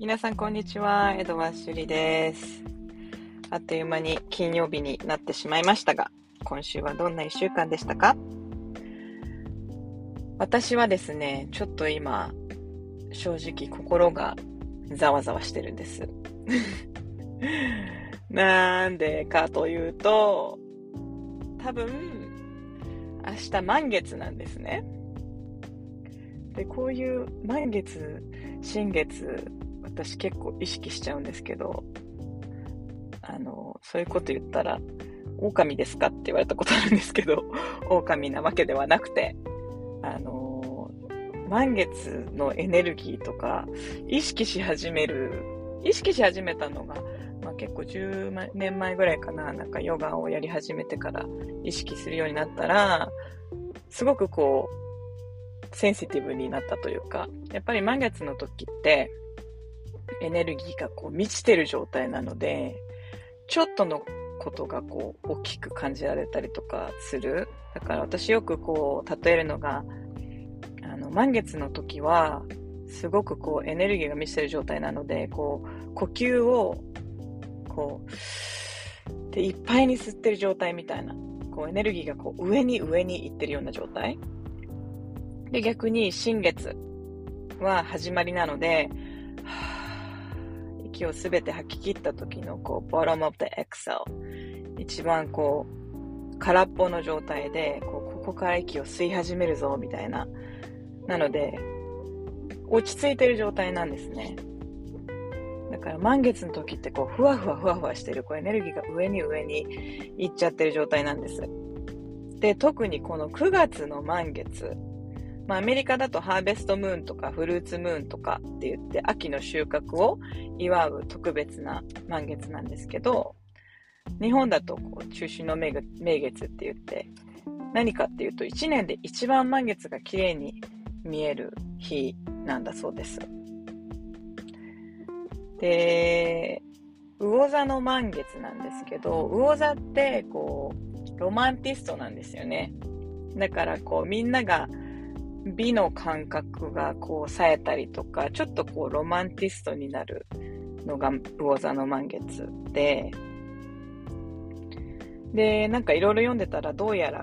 皆さんこんにちは、江戸川朱里です。あっという間に金曜日になってしまいましたが、今週はどんな1週間でしたか？私はですね、ちょっと今、正直心がざわざわしてるんです。なんでかというと、多分、明日満月なんですね。で、こういう満月、新月、私結構意識しちゃうんですけど、そういうこと言ったら、狼ですかって言われたことあるんですけど、狼なわけではなくて、満月のエネルギーとか、意識し始めたのが、結構10年前ぐらいかな、なんかヨガをやり始めてから意識するようになったら、すごくセンシティブになったというか、やっぱり満月の時ってエネルギーが満ちてる状態なので、ちょっとのことが大きく感じられたりとかする。だから私よく例えるのが、満月の時はすごくエネルギーが満ちてる状態なので、呼吸をでいっぱいに吸ってる状態みたいな、エネルギーが上に行ってるような状態で、逆に新月は始まりなので、息をすべて吐き切った時のbottom of the exhale、一番空っぽの状態でここから息を吸い始めるぞみたいな、なので落ち着いてる状態なんですね。だから満月の時ってふわふわしてるエネルギーが上に行っちゃってる状態なんです。で、特にこの9月の満月、アメリカだとハーベストムーンとかフルーツムーンとかって言って秋の収穫を祝う特別な満月なんですけど、日本だと中秋の名月って言って、何かっていうと1年で一番満月が綺麗に見える日なんだそうです。で、魚座の満月なんですけど、魚座ってロマンティストなんですよね。だからみんなが美の感覚が冴えたりとか、ちょっとロマンティストになるのが魚座の満月で、なんかいろいろ読んでたら、どうやら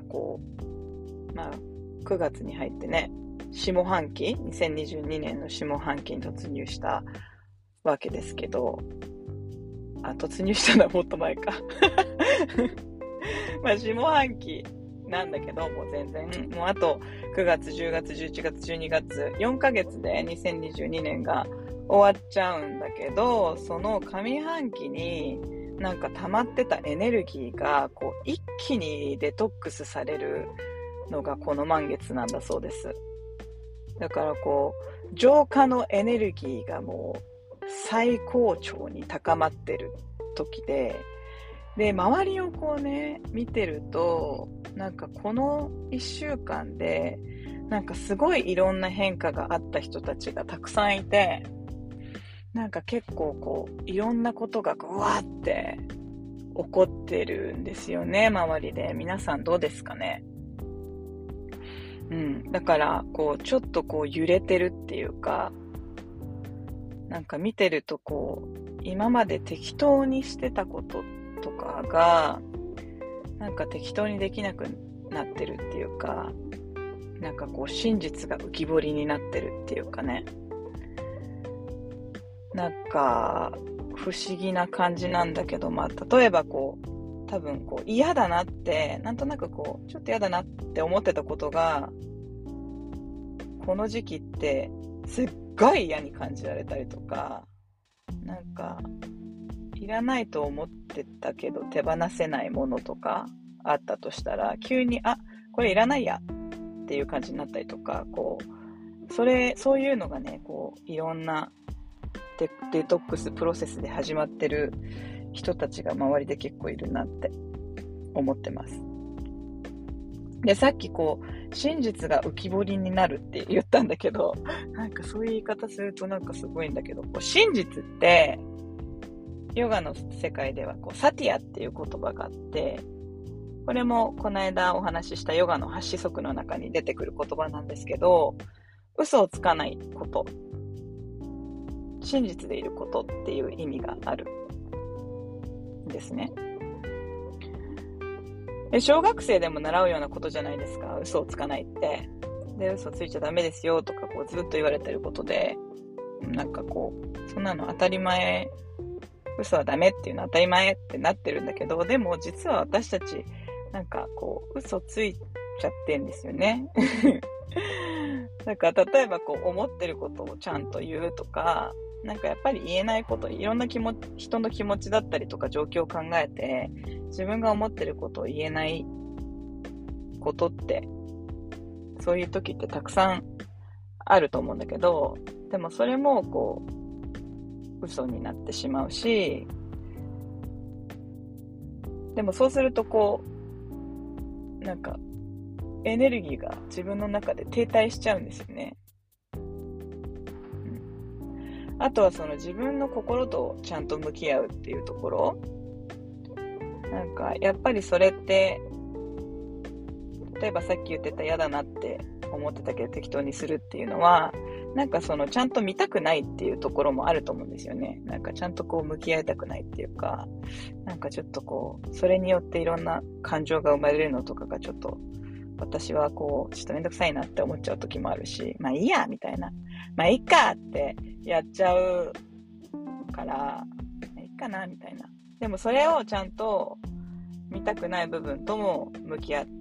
9月に入ってね、下半期、2022年の下半期に突入したわけですけど、突入したのはもっと前か。下半期なんだけど、もう全然、もうあと9月、10月、11月、12月、4ヶ月で2022年が終わっちゃうんだけど、その上半期になんか溜まってたエネルギーが一気にデトックスされるのがこの満月なんだそうです。だから浄化のエネルギーがもう最高潮に高まってる時で、周りを見てると、なんかこの1週間で、なんかすごいいろんな変化があった人たちがたくさんいて、なんか結構いろんなことがうわーって起こってるんですよね、周りで。皆さんどうですかね？だからちょっと揺れてるっていうか、なんか見てると今まで適当にしてたこととかがなんか適当にできなくなってるっていうか、なんか真実が浮き彫りになってるっていうかね、なんか不思議な感じなんだけど、例えば多分嫌だなって、なんとなくちょっと嫌だなって思ってたことが、この時期ってすっごい嫌に感じられたりとか、なんかいらないと思ってたけど手放せないものとかあったとしたら、急にこれいらないやっていう感じになったりとか、そういうのがね、いろんなデトックスプロセスで始まってる人たちが周りで結構いるなって思ってます。で、さっき真実が浮き彫りになるって言ったんだけど、なんかそういう言い方するとなんかすごいんだけど、真実ってヨガの世界ではサティアっていう言葉があって、これもこの間お話ししたヨガの8子則の中に出てくる言葉なんですけど、嘘をつかないこと、 真実でいることっていう意味があるんですね。小学生でも習うようなことじゃないですか、嘘をつかないって。で、嘘ついちゃダメですよとかこうずっと言われてることで、なんかこう、そんなの当たり前、嘘はダメっていうのは当たり前ってなってるんだけど、でも実は私たち、なんかこう、嘘ついちゃってんですよね。だから例えばこう、思ってることをちゃんと言うとか、なんかやっぱり言えないこと、いろんな人の気持ちだったりとか状況を考えて、自分が思ってることを言えないことって、そういう時ってたくさんあると思うんだけど、でもそれもこう、嘘になってしまうし、でもそうするとこう、なんか、エネルギーが自分の中で停滞しちゃうんですよね。あとはその自分の心とちゃんと向き合うっていうところ。なんか、やっぱりそれって、例えばさっき言ってた嫌だなって思ってたけど適当にするっていうのは、なんかそのちゃんと見たくないっていうところもあると思うんですよね。なんかちゃんとこう向き合いたくないっていうか、なんかちょっとこう、それによっていろんな感情が生まれるのとかがちょっと、私はこう、ちょっとめんどくさいなって思っちゃう時もあるし、まあいいや、みたいな。まあいいかってやっちゃうから、いいかな、みたいな。でもそれをちゃんと見たくない部分とも向き合って、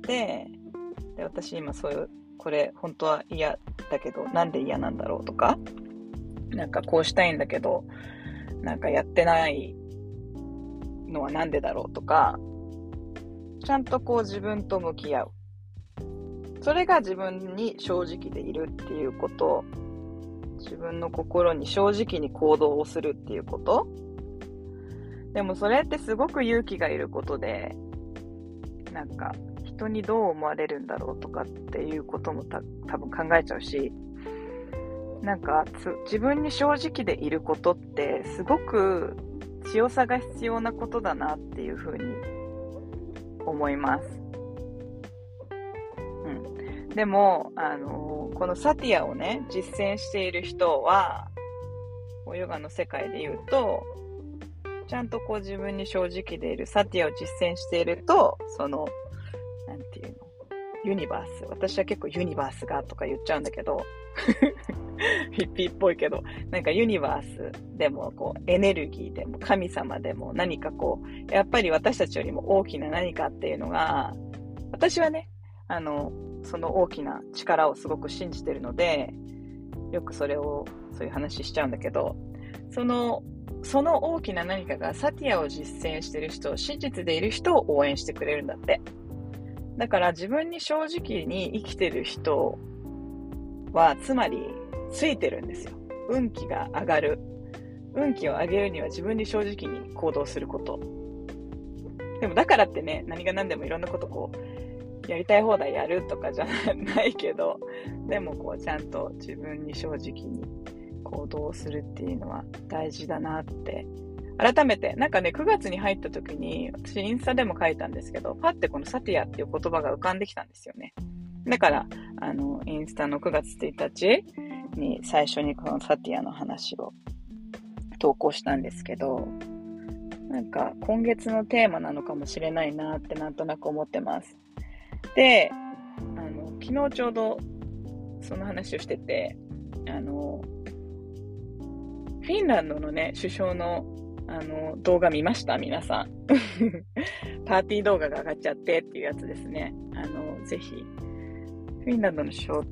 で、私今そういう、これ本当は嫌だけど、なんで嫌なんだろうとか、なんかこうしたいんだけど、なんかやってないのはなんでだろうとか、ちゃんとこう自分と向き合う。それが自分に正直でいるっていうこと、自分の心に正直に行動をするっていうこと。でもそれってすごく勇気がいることで、なんか人にどう思われるんだろうとかっていうことも多分考えちゃうし、なんか自分に正直でいることってすごく強さが必要なことだなっていうふうに思います。でも、このサティアをね、実践している人は、ヨガの世界で言うと、ちゃんとこう自分に正直でいるサティアを実践していると、その、なんていうの、ユニバース。私は結構ユニバースがとか言っちゃうんだけど、ヒッピーっぽいけど、なんかユニバースでもこうエネルギーでも神様でも何かこう、やっぱり私たちよりも大きな何かっていうのが、私はね、その大きな力をすごく信じてるので、よくそういう話しちゃうんだけど、その大きな何かがサティアを実践してる人、真実でいる人を応援してくれるんだって。だから自分に正直に生きてる人は、つまりついてるんですよ。運気が上がる。運気を上げるには自分に正直に行動すること。でもだからってね、何が何でもいろんなことこう、やりたい放題やるとかじゃないけど、でもこうちゃんと自分に正直に行動するっていうのは大事だなって改めて、なんかね、9月に入った時に私インスタでも書いたんですけど、パッてこのサティアっていう言葉が浮かんできたんですよね。だからインスタの9月1日に最初にこのサティアの話を投稿したんですけど、なんか今月のテーマなのかもしれないなってなんとなく思ってます。で、昨日ちょうどその話をしてて、フィンランドのね、首相の動画見ました皆さん。パーティー動画が上がっちゃってっていうやつですね。ぜひ。フィンランドの首相って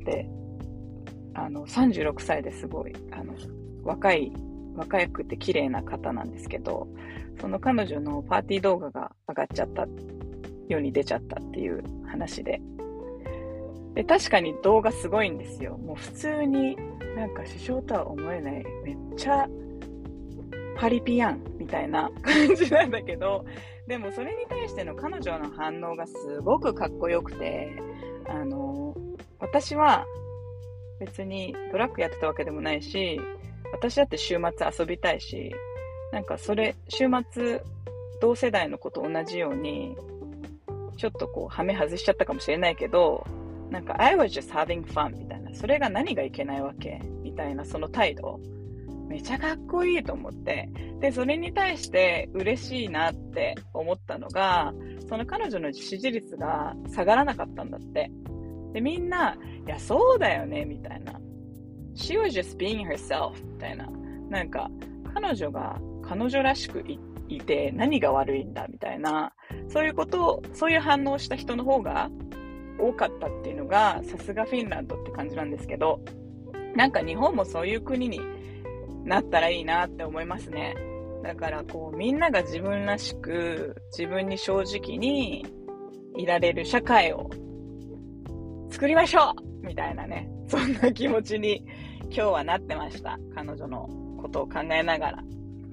、36歳ですごい、若くて綺麗な方なんですけど、その彼女のパーティー動画が上がっちゃった世に出ちゃったっていう話で。で、確かに動画すごいんですよ。もう普通になんか首相とは思えない、めっちゃパリピやんみたいな感じなんだけど、でもそれに対しての彼女の反応がすごくかっこよくて、私は別にドラッグやってたわけでもないし、私だって週末遊びたいし、なんか週末同世代の子と同じようにちょっとこうハメ外しちゃったかもしれないけど、なんか I was just having fun みたいな、それが何がいけないわけみたいな、その態度めちゃかっこいいと思って、で、それに対して嬉しいなって思ったのが、その彼女の支持率が下がらなかったんだって。で、みんな、いや、そうだよね、みたいな。She was just being herself, みたいな。なんか、彼女が彼女らしくいて何が悪いんだ、みたいな。そういう反応をした人の方が多かったっていうのが、さすがフィンランドって感じなんですけど、なんか日本もそういう国になったらいいなって思いますね。だからみんなが自分らしく、自分に正直にいられる社会を作りましょうみたいなね、そんな気持ちに今日はなってました。彼女のことを考えながら。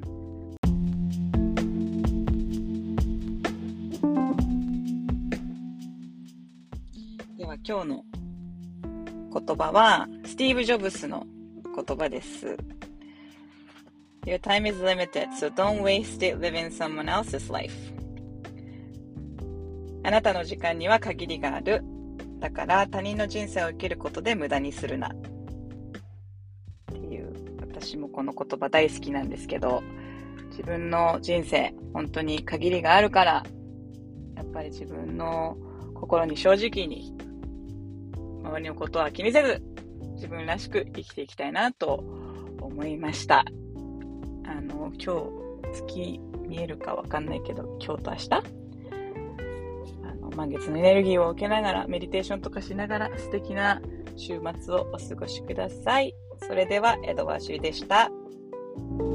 では今日の言葉はスティーブ・ジョブスの言葉です。Your time is limited, so don't waste it living someone else's life. あなたの時間には限りがある。だから他人の人生を生きることで無駄にするな。っていう、私もこの言葉大好きなんですけど、自分の人生、本当に限りがあるから、やっぱり自分の心に正直に、周りのことは気にせず、自分らしく生きていきたいなと思いました。今日月見えるかわかんないけど、今日と明日満月のエネルギーを受けながらメディテーションとかしながら素敵な週末をお過ごしください。それでは江戸和修でした。